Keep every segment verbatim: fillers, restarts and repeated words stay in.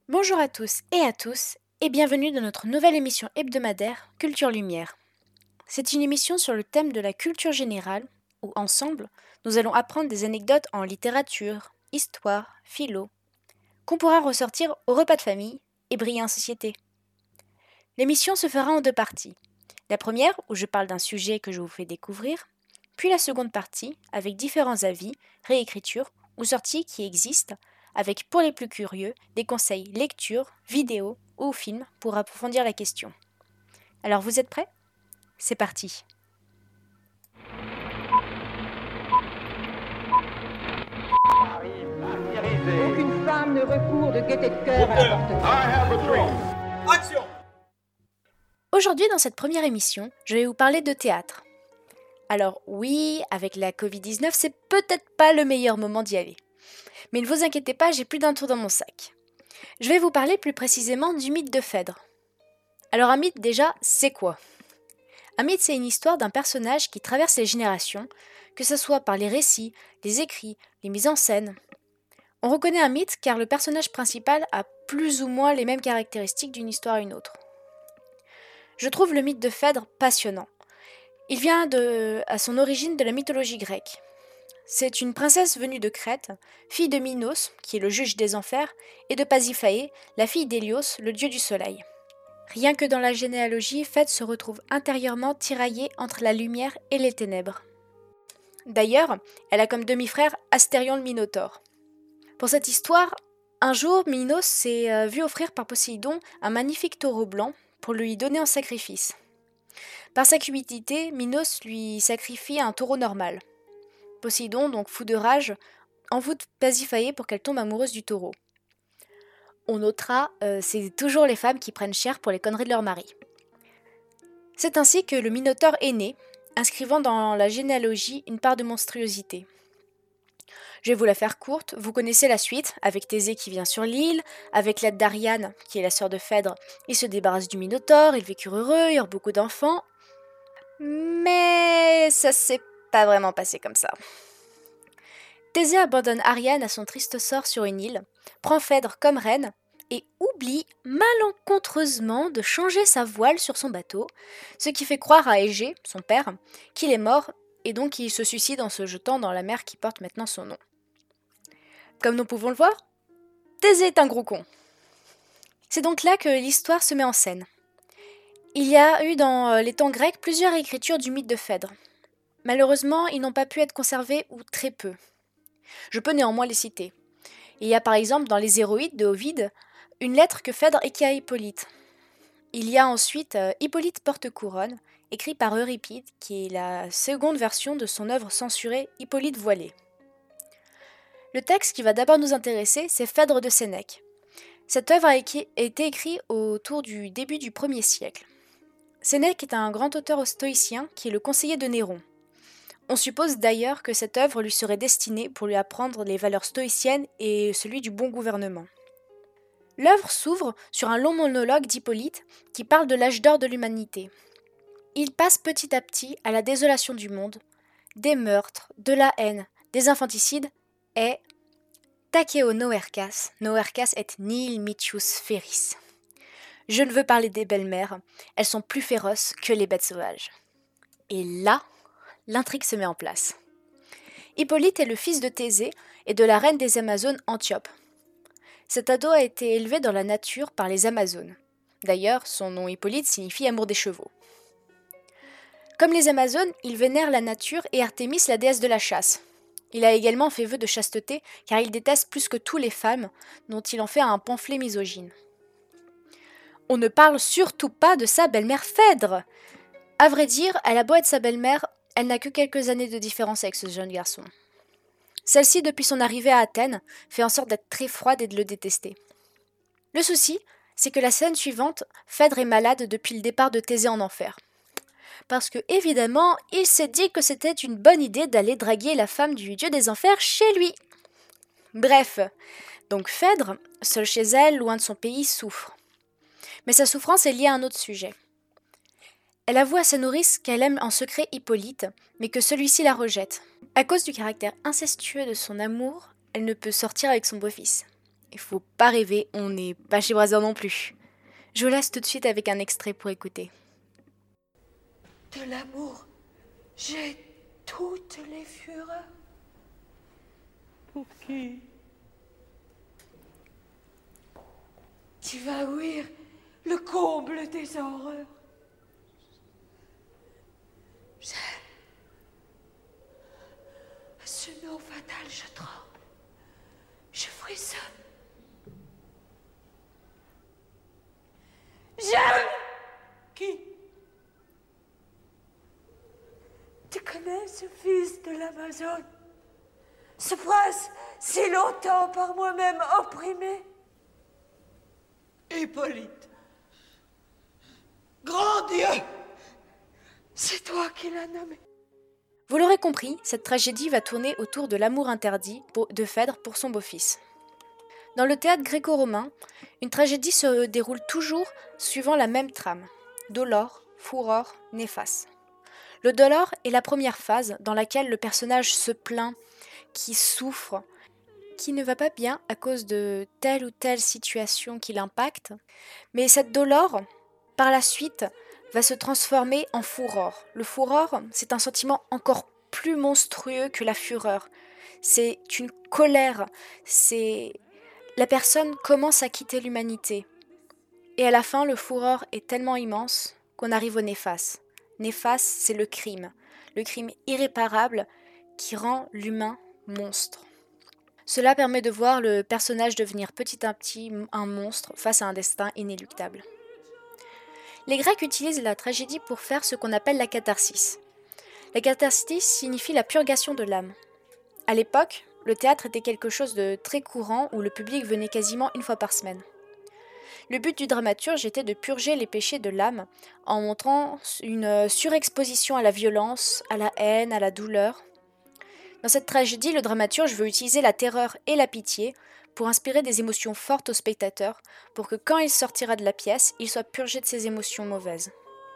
Bonjour à tous et à tous, et bienvenue dans notre nouvelle émission hebdomadaire Culture Lumière. C'est une émission sur le thème de la culture générale, où ensemble, nous allons apprendre des anecdotes en littérature, histoire, philo, qu'on pourra ressortir au repas de famille et briller en société. L'émission se fera en deux parties. La première, où je parle d'un sujet que je vous fais découvrir, puis la seconde partie, avec différents avis, réécritures ou sorties qui existent, avec, pour les plus curieux, des conseils lecture, vidéo ou films pour approfondir la question. Alors vous êtes prêts ? C'est parti. Aucune femme ne recourt de gaieté de cœur à la porte. Action! Aujourd'hui, dans cette première émission, je vais vous parler de théâtre. Alors oui, avec la covid dix-neuf, c'est peut-être pas le meilleur moment d'y aller. Mais ne vous inquiétez pas, j'ai plus d'un tour dans mon sac. Je vais vous parler plus précisément du mythe de Phèdre. Alors un mythe déjà, c'est quoi ? Un mythe, c'est une histoire d'un personnage qui traverse les générations, que ce soit par les récits, les écrits, les mises en scène. On reconnaît un mythe car le personnage principal a plus ou moins les mêmes caractéristiques d'une histoire à une autre. Je trouve le mythe de Phèdre passionnant. Il vient de, à son origine de la mythologie grecque. C'est une princesse venue de Crète, fille de Minos, qui est le juge des enfers, et de Pasiphaë, la fille d'Hélios, le dieu du soleil. Rien que dans la généalogie, Phèdre se retrouve intérieurement tiraillée entre la lumière et les ténèbres. D'ailleurs, elle a comme demi-frère Astérion le Minotaure. Pour cette histoire, un jour, Minos s'est vu offrir par Poséidon un magnifique taureau blanc pour lui donner en sacrifice. Par sa cupidité, Minos lui sacrifie un taureau normal. Poséidon, donc fou de rage, envoûte Pasiphaë pour qu'elle tombe amoureuse du taureau. On notera, euh, c'est toujours les femmes qui prennent cher pour les conneries de leur mari. C'est ainsi que le Minotaure est né, inscrivant dans la généalogie une part de monstruosité. Je vais vous la faire courte, vous connaissez la suite, avec Thésée qui vient sur l'île, avec l'aide d'Ariane, qui est la sœur de Phèdre, ils se débarrassent du Minotaure, ils vécurent heureux, ils eurent beaucoup d'enfants. Mais ça s'est pas vraiment passé comme ça. Thésée abandonne Ariane à son triste sort sur une île, prend Phèdre comme reine et oublie malencontreusement de changer sa voile sur son bateau, ce qui fait croire à Égée, son père, qu'il est mort et donc il se suicide en se jetant dans la mer qui porte maintenant son nom. Comme nous pouvons le voir, Thésée est un gros con. C'est donc là que l'histoire se met en scène. Il y a eu dans les temps grecs plusieurs écritures du mythe de Phèdre. Malheureusement, ils n'ont pas pu être conservés ou très peu. Je peux néanmoins les citer. Il y a par exemple dans les Héroïdes de Ovide une lettre que Phèdre écrit à Hippolyte. Il y a ensuite euh, Hippolyte porte-couronne, écrit par Euripide, qui est la seconde version de son œuvre censurée Hippolyte voilé. Le texte qui va d'abord nous intéresser, c'est Phèdre de Sénèque. Cette œuvre a été écrite autour du début du premier siècle. Sénèque est un grand auteur stoïcien qui est le conseiller de Néron. On suppose d'ailleurs que cette œuvre lui serait destinée pour lui apprendre les valeurs stoïciennes et celui du bon gouvernement. L'œuvre s'ouvre sur un long monologue d'Hippolyte qui parle de l'âge d'or de l'humanité. Il passe petit à petit à la désolation du monde, des meurtres, de la haine, des infanticides et Takeo noerkas, noerkas et nihil mitius feris. Je ne veux parler des belles-mères, elles sont plus féroces que les bêtes sauvages. Et là, l'intrigue se met en place. Hippolyte est le fils de Thésée et de la reine des Amazones Antiope. Cet ado a été élevé dans la nature par les Amazones. D'ailleurs, son nom Hippolyte signifie amour des chevaux. Comme les Amazones, il vénère la nature et Artémis, la déesse de la chasse. Il a également fait vœu de chasteté car il déteste plus que tout les femmes, dont il en fait un pamphlet misogyne. On ne parle surtout pas de sa belle-mère Phèdre. À vrai dire, elle a beau être sa belle-mère, elle n'a que quelques années de différence avec ce jeune garçon. Celle-ci, depuis son arrivée à Athènes, fait en sorte d'être très froide et de le détester. Le souci, c'est que la scène suivante, Phèdre est malade depuis le départ de Thésée en enfer. Parce que, évidemment, il s'est dit que c'était une bonne idée d'aller draguer la femme du dieu des enfers chez lui. Bref, donc Phèdre, seule chez elle, loin de son pays, souffre. Mais sa souffrance est liée à un autre sujet. Elle avoue à sa nourrice qu'elle aime en secret Hippolyte, mais que celui-ci la rejette. À cause du caractère incestueux de son amour, elle ne peut sortir avec son beau-fils. Il faut pas rêver, on n'est pas chez Brazzers non plus. Je vous laisse tout de suite avec un extrait pour écouter. De l'amour, j'ai toutes les fureurs. Pour qui? Tu vas ouïr le comble des horreurs. J'aime. À ce nom fatal, je tremble. Je frissonne. J'aime. Qui? Tu connais ce fils de l'Amazone? Ce prince si longtemps par moi-même opprimé? Hippolyte. Grand Dieu! C'est toi qui l'as nommé. Vous l'aurez compris, cette tragédie va tourner autour de l'amour interdit de Phèdre pour son beau-fils. Dans le théâtre gréco-romain, une tragédie se déroule toujours suivant la même trame. Dolore, furor, néphas. Le dolore est la première phase dans laquelle le personnage se plaint, qui souffre, qui ne va pas bien à cause de telle ou telle situation qui l'impacte. Mais cette dolore, par la suite, va se transformer en furor. Le furor, c'est un sentiment encore plus monstrueux que la fureur. C'est une colère, c'est... La personne commence à quitter l'humanité. Et à la fin, le furor est tellement immense qu'on arrive au néphas. Néphas, c'est le crime. Le crime irréparable qui rend l'humain monstre. Cela permet de voir le personnage devenir petit à petit un monstre face à un destin inéluctable. Les Grecs utilisent la tragédie pour faire ce qu'on appelle la catharsis. La catharsis signifie la purgation de l'âme. À l'époque, le théâtre était quelque chose de très courant où le public venait quasiment une fois par semaine. Le but du dramaturge était de purger les péchés de l'âme en montrant une surexposition à la violence, à la haine, à la douleur. Dans cette tragédie, le dramaturge veut utiliser la terreur et la pitié pour inspirer des émotions fortes au spectateur, pour que quand il sortira de la pièce, il soit purgé de ses émotions mauvaises.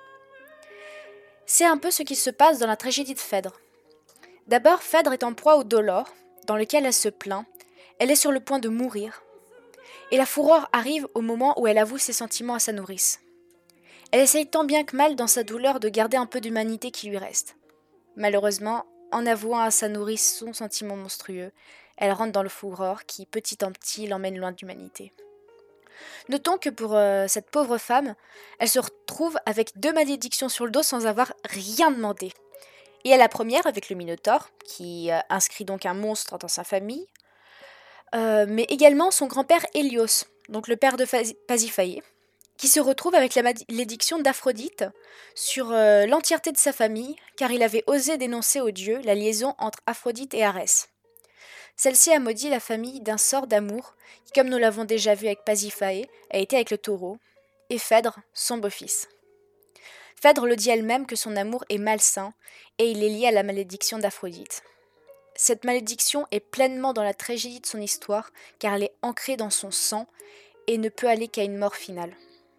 C'est un peu ce qui se passe dans la tragédie de Phèdre. D'abord, Phèdre est en proie au dolore, dans lequel elle se plaint, elle est sur le point de mourir, et la fureur arrive au moment où elle avoue ses sentiments à sa nourrice. Elle essaye tant bien que mal dans sa douleur de garder un peu d'humanité qui lui reste. Malheureusement, en avouant à sa nourrice son sentiment monstrueux, elle rentre dans le furor qui, petit en petit, l'emmène loin de l'humanité. Notons que pour euh, cette pauvre femme, elle se retrouve avec deux malédictions sur le dos sans avoir rien demandé. Et à la première, avec le Minotaure, qui euh, inscrit donc un monstre dans sa famille, euh, mais également son grand-père Hélios, donc le père de Pasiphaé, qui se retrouve avec la malédiction d'Aphrodite sur euh, l'entièreté de sa famille, car il avait osé dénoncer aux dieux la liaison entre Aphrodite et Arès. Celle-ci a maudit la famille d'un sort d'amour, qui, comme nous l'avons déjà vu avec Pasiphaé, a été avec le taureau, et Phèdre, son beau-fils. Phèdre le dit elle-même que son amour est malsain, et il est lié à la malédiction d'Aphrodite. Cette malédiction est pleinement dans la tragédie de son histoire, car elle est ancrée dans son sang, et ne peut aller qu'à une mort finale.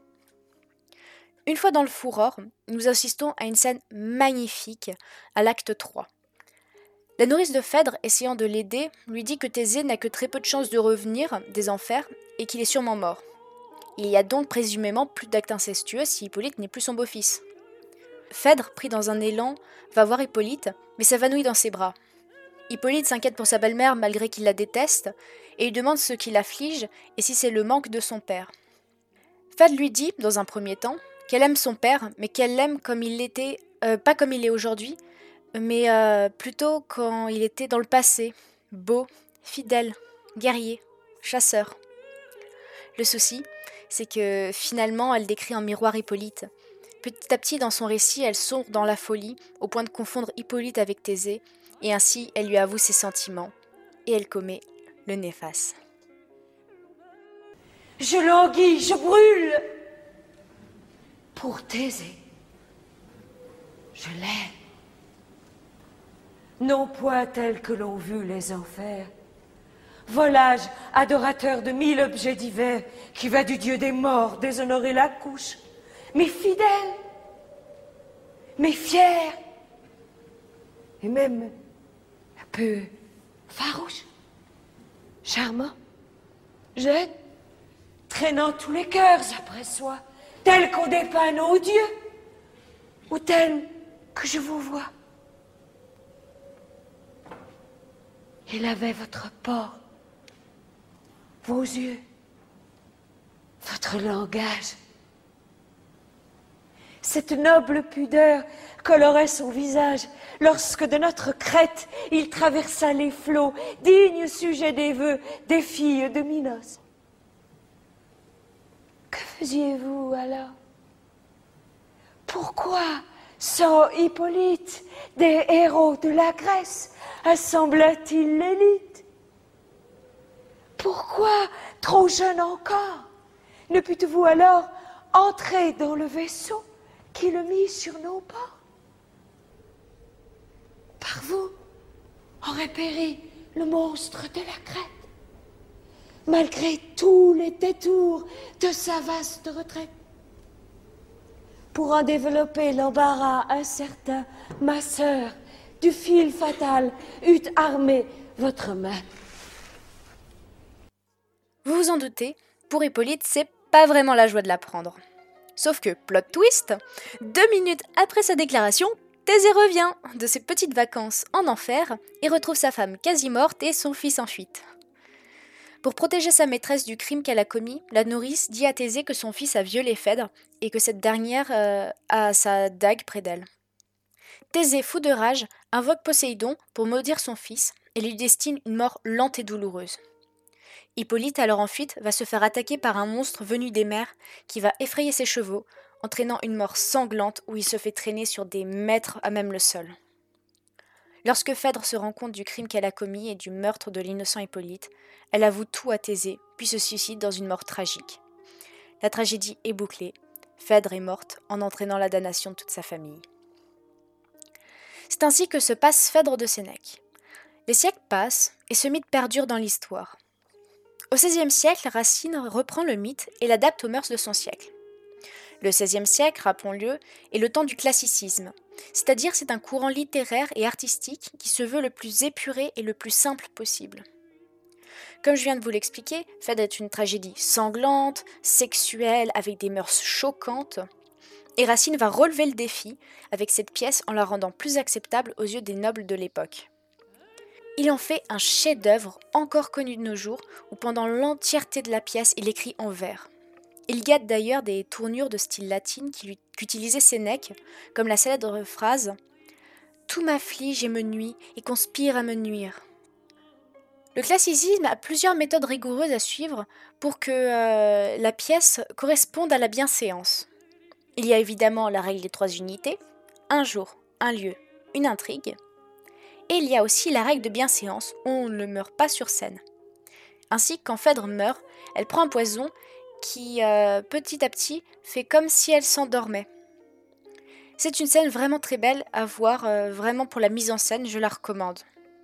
Une fois dans le furor, nous assistons à une scène magnifique à l'acte trois. La nourrice de Phèdre, essayant de l'aider, lui dit que Thésée n'a que très peu de chances de revenir des enfers et qu'il est sûrement mort. Il y a donc présumément plus d'actes incestueux si Hippolyte n'est plus son beau-fils. Phèdre, pris dans un élan, va voir Hippolyte, mais s'évanouit dans ses bras. Hippolyte s'inquiète pour sa belle-mère malgré qu'il la déteste, et lui demande ce qui l'afflige et si c'est le manque de son père. Phèdre lui dit, dans un premier temps, qu'elle aime son père, mais qu'elle l'aime comme il l'était, euh, pas comme il est aujourd'hui, mais euh, plutôt quand il était dans le passé, beau, fidèle, guerrier, chasseur. Le souci, c'est que finalement elle décrit en miroir Hippolyte. Petit à petit dans son récit, elle sombre dans la folie, au point de confondre Hippolyte avec Thésée, et ainsi elle lui avoue ses sentiments, et elle commet le néfas. Je languis, je brûle pour Thésée. Je l'aime. Non point tel que l'ont vu les enfers. Volage, adorateur de mille objets divers, qui va du dieu des morts déshonorer la couche, mais fidèle, mais fier, et même un peu farouche, charmant. jeune, traînant tous les cœurs après soi, tel qu'on dépeint nos dieux, ou tel que je vous vois. Il avait votre port, vos yeux, votre langage. Cette noble pudeur colorait son visage lorsque de notre crête il traversa les flots, digne sujet des vœux des filles de Minos. Que faisiez-vous alors? Pourquoi, sans Hippolyte, des héros de la Grèce assembla-t-il l'élite? Pourquoi, trop jeune encore, ne pûtes-vous alors entrer dans le vaisseau qui le mit sur nos bords? Par vous aurait péri le monstre de la Crète, malgré tous les détours de sa vaste retraite. Pour en développer l'embarras incertain, ma sœur, du fil fatal, eût armé votre main. Vous vous en doutez, pour Hippolyte, c'est pas vraiment la joie de l'apprendre. Sauf que, plot twist, deux minutes après sa déclaration, Thésée revient de ses petites vacances en enfer et retrouve sa femme quasi morte et son fils en fuite. Pour protéger sa maîtresse du crime qu'elle a commis, la nourrice dit à Thésée que son fils a violé Phèdre et que cette dernière euh, a sa dague près d'elle. Thésée, fou de rage, invoque Poséidon pour maudire son fils et lui destine une mort lente et douloureuse. Hippolyte, alors en fuite, va se faire attaquer par un monstre venu des mers qui va effrayer ses chevaux, entraînant une mort sanglante où il se fait traîner sur des mètres à même le sol. Lorsque Phèdre se rend compte du crime qu'elle a commis et du meurtre de l'innocent Hippolyte, elle avoue tout à Thésée, puis se suicide dans une mort tragique. La tragédie est bouclée, Phèdre est morte en entraînant la damnation de toute sa famille. C'est ainsi que se passe Phèdre de Sénèque. Les siècles passent et ce mythe perdure dans l'histoire. Au seizième siècle, Racine reprend le mythe et l'adapte aux mœurs de son siècle. Le seizième siècle, rappelons-le, est le temps du classicisme, c'est-à-dire c'est un courant littéraire et artistique qui se veut le plus épuré et le plus simple possible. Comme je viens de vous l'expliquer, Phèdre est une tragédie sanglante, sexuelle, avec des mœurs choquantes, et Racine va relever le défi avec cette pièce en la rendant plus acceptable aux yeux des nobles de l'époque. Il en fait un chef-d'œuvre encore connu de nos jours, où pendant l'entièreté de la pièce, il écrit en vers. Il gâte d'ailleurs des tournures de style latine qu'utilisait Sénèque, comme la célèbre phrase « Tout m'afflige et me nuit et conspire à me nuire ». Le classicisme a plusieurs méthodes rigoureuses à suivre pour que euh, la pièce corresponde à la bienséance. Il y a évidemment la règle des trois unités, un jour, un lieu, une intrigue. Et il y a aussi la règle de bienséance, où on ne meurt pas sur scène. Ainsi, quand Phèdre meurt, elle prend un poison qui, euh, petit à petit, fait comme si elle s'endormait. C'est une scène vraiment très belle à voir, euh, vraiment pour la mise en scène, je la recommande.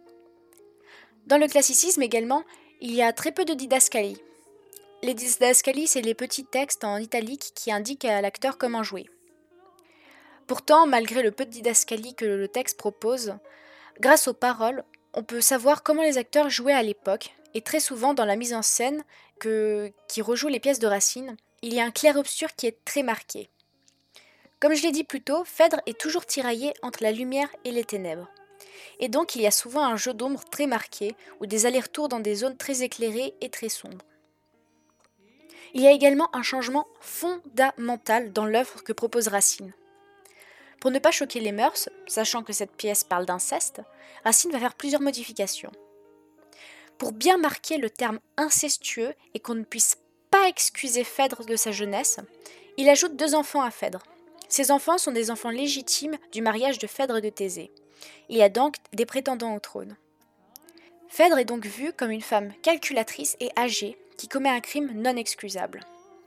Dans le classicisme également, il y a très peu de didascalie. Les didascalies, c'est les petits textes en italique qui indiquent à l'acteur comment jouer. Pourtant, malgré le peu de didascalie que le texte propose, grâce aux paroles, on peut savoir comment les acteurs jouaient à l'époque, et très souvent dans la mise en scène que, qui rejoue les pièces de Racine, il y a un clair-obscur qui est très marqué. Comme je l'ai dit plus tôt, Phèdre est toujours tiraillé entre la lumière et les ténèbres. Et donc il y a souvent un jeu d'ombre très marqué, ou des allers-retours dans des zones très éclairées et très sombres. Il y a également un changement fondamental dans l'œuvre que propose Racine. Pour ne pas choquer les mœurs, sachant que cette pièce parle d'inceste, Racine va faire plusieurs modifications. Pour bien marquer le terme incestueux et qu'on ne puisse pas excuser Phèdre de sa jeunesse, il ajoute deux enfants à Phèdre. Ces enfants sont des enfants légitimes du mariage de Phèdre et de Thésée. Il y a donc des prétendants au trône. Phèdre est donc vue comme une femme calculatrice et âgée qui commet un crime non excusable.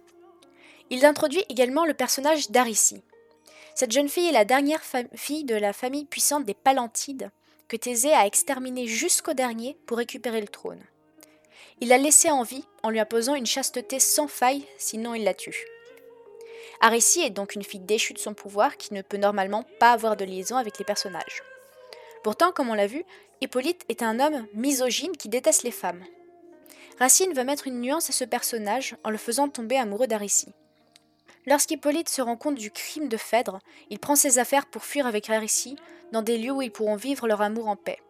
Il introduit également le personnage d'Aricie. Cette jeune fille est la dernière fa- fille de la famille puissante des Palantides que Thésée a exterminée jusqu'au dernier pour récupérer le trône. Il l'a laissée en vie en lui imposant une chasteté sans faille, sinon il la tue. Aricie est donc une fille déchue de son pouvoir qui ne peut normalement pas avoir de liaison avec les personnages. Pourtant, comme on l'a vu, Hippolyte est un homme misogyne qui déteste les femmes. Racine va mettre une nuance à ce personnage en le faisant tomber amoureux d'Aricie. Lorsqu'Hippolyte se rend compte du crime de Phèdre, il prend ses affaires pour fuir avec Aricie dans des lieux où ils pourront vivre leur amour en paix.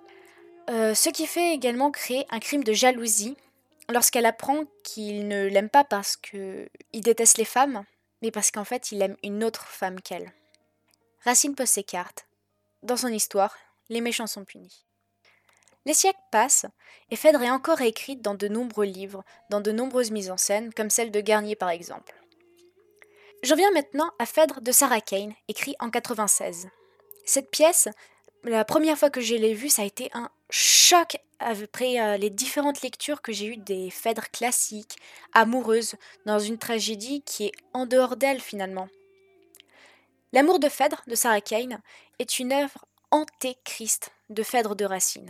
Euh, ce qui fait également créer un crime de jalousie lorsqu'elle apprend qu'il ne l'aime pas parce qu'il déteste les femmes, mais parce qu'en fait il aime une autre femme qu'elle. Racine pose ses cartes. Dans son histoire, les méchants sont punis. Les siècles passent, et Phèdre est encore écrite dans de nombreux livres, dans de nombreuses mises en scène, comme celle de Garnier par exemple. J'en viens maintenant à Phèdre de Sarah Kane, écrit en quatre-vingt-seize. Cette pièce, la première fois que je l'ai vue, ça a été un choc après euh, les différentes lectures que j'ai eues des Phèdres classiques, amoureuses, dans une tragédie qui est en dehors d'elle finalement. L'amour de Phèdre de Sarah Kane est une œuvre anté-Christ de Phèdre de Racine.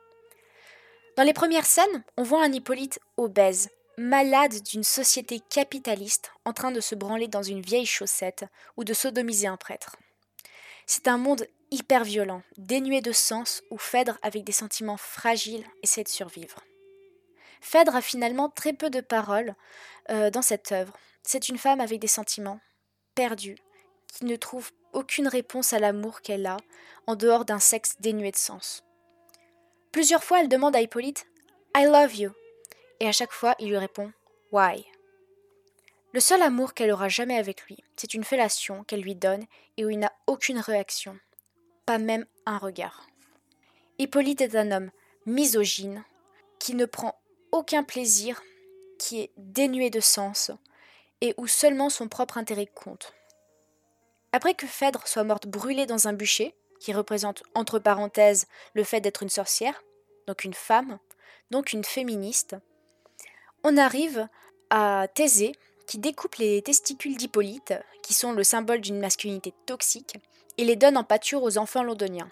Dans les premières scènes, on voit un Hippolyte obèse, malade d'une société capitaliste en train de se branler dans une vieille chaussette ou de sodomiser un prêtre. C'est un monde hyper violent, dénué de sens, où Phèdre, avec des sentiments fragiles, essaie de survivre. Phèdre a finalement très peu de paroles euh, dans cette œuvre. C'est une femme avec des sentiments, perdue, qui ne trouve aucune réponse à l'amour qu'elle a, en dehors d'un sexe dénué de sens. Plusieurs fois, elle demande à Hippolyte « I love you », et à chaque fois, il lui répond « Why ». Le seul amour qu'elle aura jamais avec lui, c'est une fellation qu'elle lui donne et où il n'a aucune réaction, pas même un regard. Hippolyte est un homme misogyne, qui ne prend aucun plaisir, qui est dénué de sens, et où seulement son propre intérêt compte. Après que Phèdre soit morte brûlée dans un bûcher, qui représente entre parenthèses le fait d'être une sorcière, donc une femme, donc une féministe, on arrive à Thésée, qui découpe les testicules d'Hippolyte, qui sont le symbole d'une masculinité toxique, et les donne en pâture aux enfants londoniens.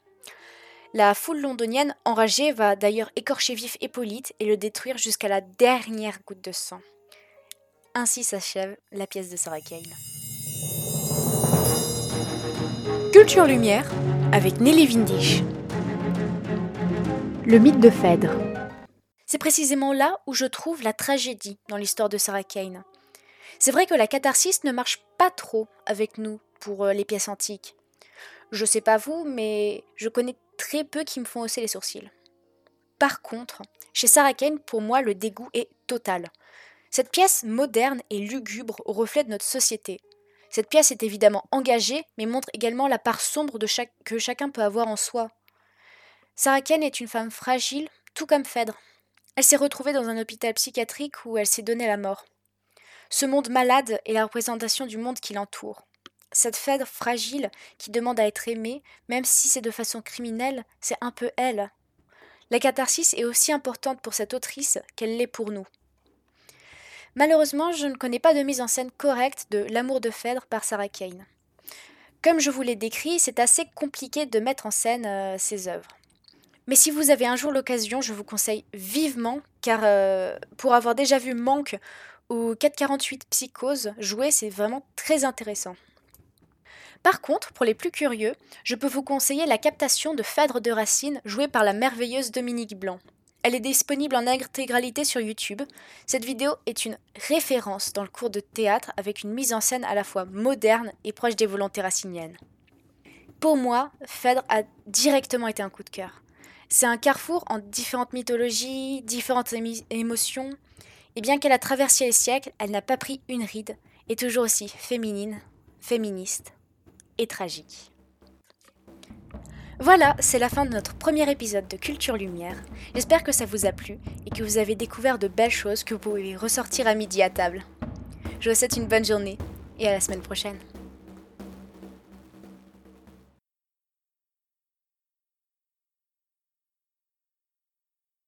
La foule londonienne enragée va d'ailleurs écorcher vif Hippolyte et le détruire jusqu'à la dernière goutte de sang. Ainsi s'achève la pièce de Sarah Kane. Culture Lumière avec Nelly Windisch. Le mythe de Phèdre. C'est précisément là où je trouve la tragédie dans l'histoire de Sarah Kane. C'est vrai que la catharsis ne marche pas trop avec nous pour les pièces antiques. Je sais pas vous, mais je connais très peu qui me font hausser les sourcils. Par contre, chez Sarah Kane, pour moi, le dégoût est total. Cette pièce moderne et lugubre au reflet de notre société. Cette pièce est évidemment engagée, mais montre également la part sombre de chaque, que chacun peut avoir en soi. Sarah Kane est une femme fragile, tout comme Phèdre. Elle s'est retrouvée dans un hôpital psychiatrique où elle s'est donnée la mort. Ce monde malade est la représentation du monde qui l'entoure. Cette Phèdre fragile qui demande à être aimée, même si c'est de façon criminelle, c'est un peu elle. La catharsis est aussi importante pour cette autrice qu'elle l'est pour nous. Malheureusement, je ne connais pas de mise en scène correcte de L'amour de Phèdre par Sarah Kane. Comme je vous l'ai décrit, c'est assez compliqué de mettre en scène euh, ces œuvres. Mais si vous avez un jour l'occasion, je vous conseille vivement, car euh, pour avoir déjà vu Manque ou quatre quarante-huit Psychose jouer, c'est vraiment très intéressant. Par contre, pour les plus curieux, je peux vous conseiller la captation de Phèdre de Racine jouée par la merveilleuse Dominique Blanc. Elle est disponible en intégralité sur YouTube. Cette vidéo est une référence dans le cours de théâtre avec une mise en scène à la fois moderne et proche des volontés raciniennes. Pour moi, Phèdre a directement été un coup de cœur. C'est un carrefour en différentes mythologies, différentes émi- émotions, et bien qu'elle a traversé les siècles, elle n'a pas pris une ride, et toujours aussi féminine, féministe et tragique. Voilà, c'est la fin de notre premier épisode de Culture Lumière. J'espère que ça vous a plu et que vous avez découvert de belles choses que vous pouvez ressortir à midi à table. Je vous souhaite une bonne journée et à la semaine prochaine.